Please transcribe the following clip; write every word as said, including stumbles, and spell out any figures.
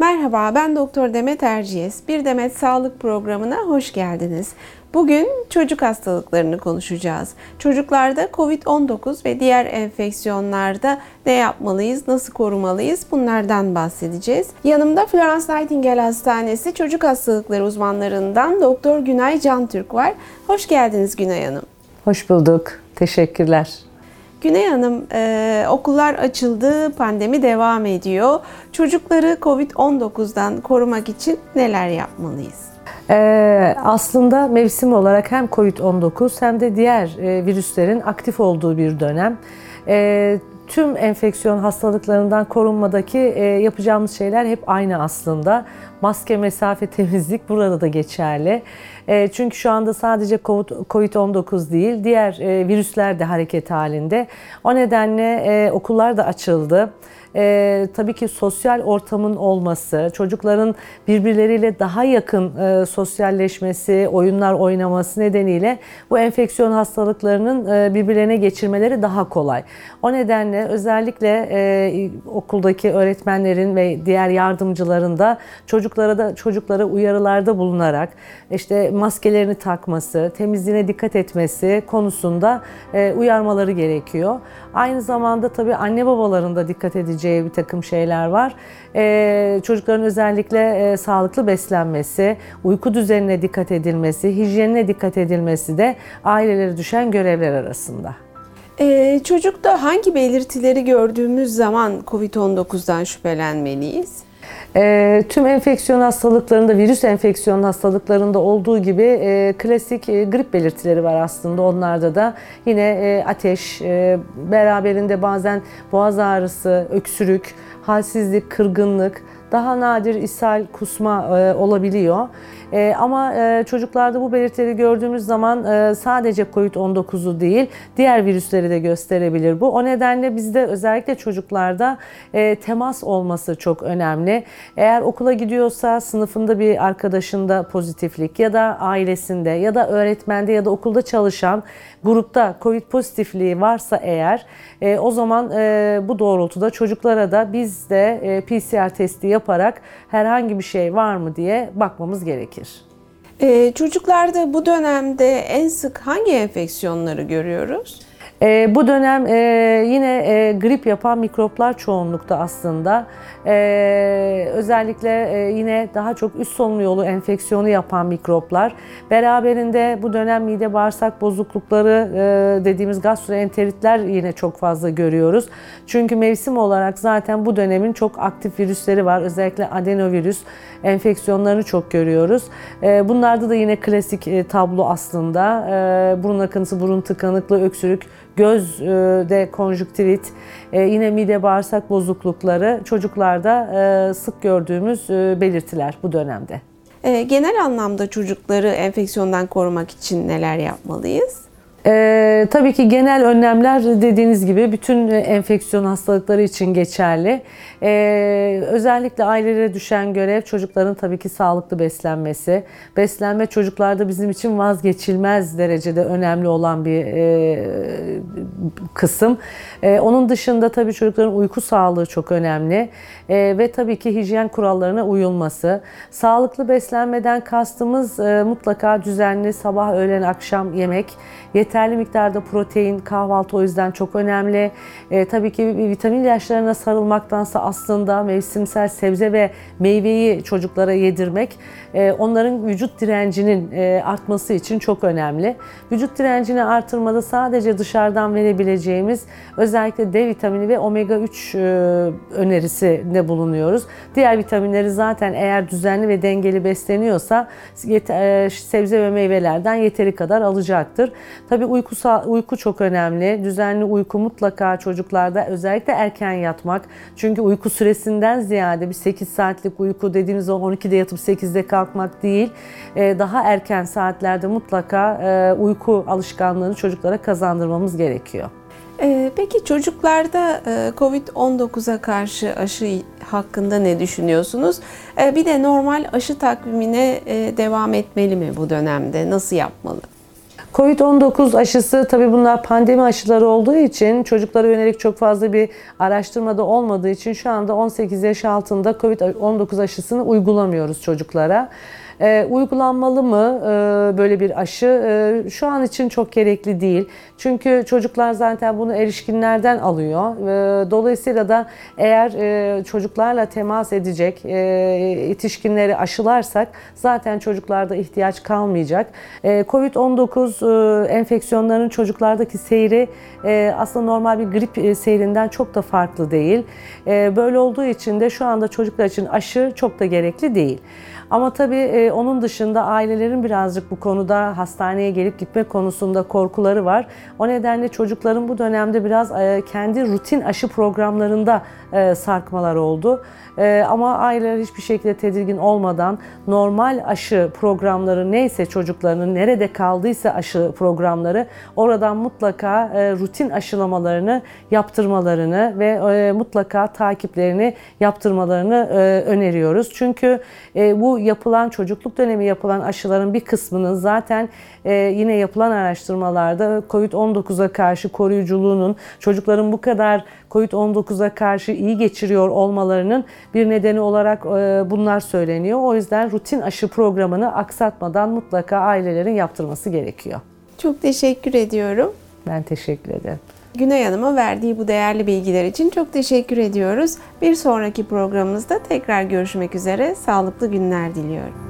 Merhaba, ben Doktor Demet Erciyes. Bir Demet Sağlık programına hoş geldiniz. Bugün çocuk hastalıklarını konuşacağız. Çocuklarda kovid on dokuz ve diğer enfeksiyonlarda ne yapmalıyız, nasıl korumalıyız bunlardan bahsedeceğiz. Yanımda Florence Nightingale Hastanesi Çocuk Hastalıkları uzmanlarından Doktor Günay Cantürk var. Hoş geldiniz Günay Hanım. Hoş bulduk, teşekkürler. Günay Hanım, e, okullar açıldı, pandemi devam ediyor. Çocukları kovid on dokuzdan korumak için neler yapmalıyız? Ee, aslında mevsim olarak hem kovid on dokuz hem de diğer e, virüslerin aktif olduğu bir dönem. E, tüm enfeksiyon hastalıklarından korunmadaki e, yapacağımız şeyler hep aynı aslında. Maske, mesafe, temizlik burada da geçerli. E, çünkü şu anda sadece kovid on dokuz değil, diğer e, virüsler de hareket halinde. O nedenle e, okullar da açıldı. Ee, tabii ki sosyal ortamın olması, çocukların birbirleriyle daha yakın e, sosyalleşmesi, oyunlar oynaması nedeniyle bu enfeksiyon hastalıklarının e, birbirlerine geçirmeleri daha kolay. O nedenle özellikle e, okuldaki öğretmenlerin ve diğer yardımcıların da çocuklara da çocuklara uyarılarda bulunarak işte maskelerini takması, temizliğine dikkat etmesi konusunda e, uyarmaları gerekiyor. Aynı zamanda tabii anne babaların da dikkat edeceği bir takım şeyler var. Ee, çocukların özellikle e, sağlıklı beslenmesi, uyku düzenine dikkat edilmesi, hijyenine dikkat edilmesi de ailelere düşen görevler arasında. Ee, çocukta hangi belirtileri gördüğümüz zaman kovid on dokuzdan şüphelenmeliyiz? E, tüm enfeksiyon hastalıklarında, virüs enfeksiyon hastalıklarında olduğu gibi e, klasik e, grip belirtileri var aslında. Onlarda da yine e, ateş, e, beraberinde bazen boğaz ağrısı, öksürük, halsizlik, kırgınlık, daha nadir ishal, kusma e, olabiliyor. E, ama e, çocuklarda bu belirtileri gördüğümüz zaman e, sadece kovid on dokuzu değil, diğer virüsleri de gösterebilir bu. O nedenle bizde özellikle çocuklarda e, temas olması çok önemli. Eğer okula gidiyorsa sınıfında bir arkadaşında pozitiflik ya da ailesinde ya da öğretmende ya da okulda çalışan grupta kovid pozitifliği varsa eğer e, o zaman e, bu doğrultuda çocuklara da biz de e, P C R testi yaparak herhangi bir şey var mı diye bakmamız gerekir. Ee, çocuklarda bu dönemde en sık hangi enfeksiyonları görüyoruz? E, bu dönem e, yine e, grip yapan mikroplar çoğunlukta aslında. E, özellikle e, yine daha çok üst solunum yolu enfeksiyonu yapan mikroplar. Beraberinde bu dönem mide bağırsak bozuklukları e, dediğimiz gastroenteritler yine çok fazla görüyoruz. Çünkü mevsim olarak zaten bu dönemin çok aktif virüsleri var. Özellikle adenovirüs enfeksiyonlarını çok görüyoruz. E, bunlarda da yine klasik e, tablo aslında. E, burun akıntısı, burun tıkanıklığı, öksürük, gözde konjüktivit, yine mide bağırsak bozuklukları çocuklarda sık gördüğümüz belirtiler bu dönemde. Genel anlamda çocukları enfeksiyondan korumak için neler yapmalıyız? Ee, tabii ki genel önlemler dediğiniz gibi bütün enfeksiyon hastalıkları için geçerli. Ee, özellikle ailelere düşen görev çocukların tabii ki sağlıklı beslenmesi. Beslenme çocuklarda bizim için vazgeçilmez derecede önemli olan bir e, kısım. E, onun dışında tabii çocukların uyku sağlığı çok önemli. E, ve tabii ki hijyen kurallarına uyulması. Sağlıklı beslenmeden kastımız e, mutlaka düzenli sabah, öğlen, akşam yemek. Yeterli miktarda protein, kahvaltı o yüzden çok önemli. E, tabii ki vitamin ilaçlarına sarılmaktansa aslında mevsimsel sebze ve meyveyi çocuklara yedirmek e, onların vücut direncinin e, artması için çok önemli. Vücut direncini artırmada sadece dışarıdan verebileceğimiz özellikle D vitamini ve omega üç e, önerisinde bulunuyoruz. Diğer vitaminleri zaten eğer düzenli ve dengeli besleniyorsa e, sebze ve meyvelerden yeteri kadar alacaktır. Tabii uyku, uyku çok önemli. Düzenli uyku mutlaka çocuklarda, özellikle erken yatmak. Çünkü uyku süresinden ziyade bir sekiz saatlik uyku dediğimiz zaman on ikide yatıp sekizde kalkmak değil. Daha erken saatlerde mutlaka uyku alışkanlığını çocuklara kazandırmamız gerekiyor. Peki çocuklarda kovid on dokuza karşı aşı hakkında ne düşünüyorsunuz? Bir de normal aşı takvimine devam etmeli mi bu dönemde? Nasıl yapmalı? kovid on dokuz aşısı, tabii bunlar pandemi aşıları olduğu için çocuklara yönelik çok fazla bir araştırmada olmadığı için şu anda on sekiz yaş altında kovid on dokuz aşısını uygulamıyoruz çocuklara. E, uygulanmalı mı e, böyle bir aşı? E, şu an için çok gerekli değil. Çünkü çocuklar zaten bunu erişkinlerden alıyor. E, dolayısıyla da eğer e, çocuklarla temas edecek e, yetişkinleri aşılarsak zaten çocuklarda ihtiyaç kalmayacak. E, kovid on dokuz e, enfeksiyonlarının çocuklardaki seyri e, aslında normal bir grip e, seyrinden çok da farklı değil. E, böyle olduğu için de şu anda çocuklar için aşı çok da gerekli değil. Ama tabii e, onun dışında ailelerin birazcık bu konuda hastaneye gelip gitme konusunda korkuları var. O nedenle çocukların bu dönemde biraz e, kendi rutin aşı programlarında e, sarkmalar oldu. E, ama aileler hiçbir şekilde tedirgin olmadan normal aşı programları neyse çocuklarının nerede kaldıysa aşı programları oradan mutlaka e, rutin aşılamalarını yaptırmalarını ve e, mutlaka takiplerini yaptırmalarını e, öneriyoruz. Çünkü e, bu yapılan çocukluk dönemi yapılan aşıların bir kısmının zaten e, yine yapılan araştırmalarda kovid on dokuza karşı koruyuculuğunun çocukların bu kadar kovid on dokuza karşı iyi geçiriyor olmalarının bir nedeni olarak e, bunlar söyleniyor. O yüzden rutin aşı programını aksatmadan mutlaka ailelerin yaptırması gerekiyor. Çok teşekkür ediyorum. Ben teşekkür ederim. Günay Hanım'a verdiği bu değerli bilgiler için çok teşekkür ediyoruz. Bir sonraki programımızda tekrar görüşmek üzere. Sağlıklı günler diliyorum.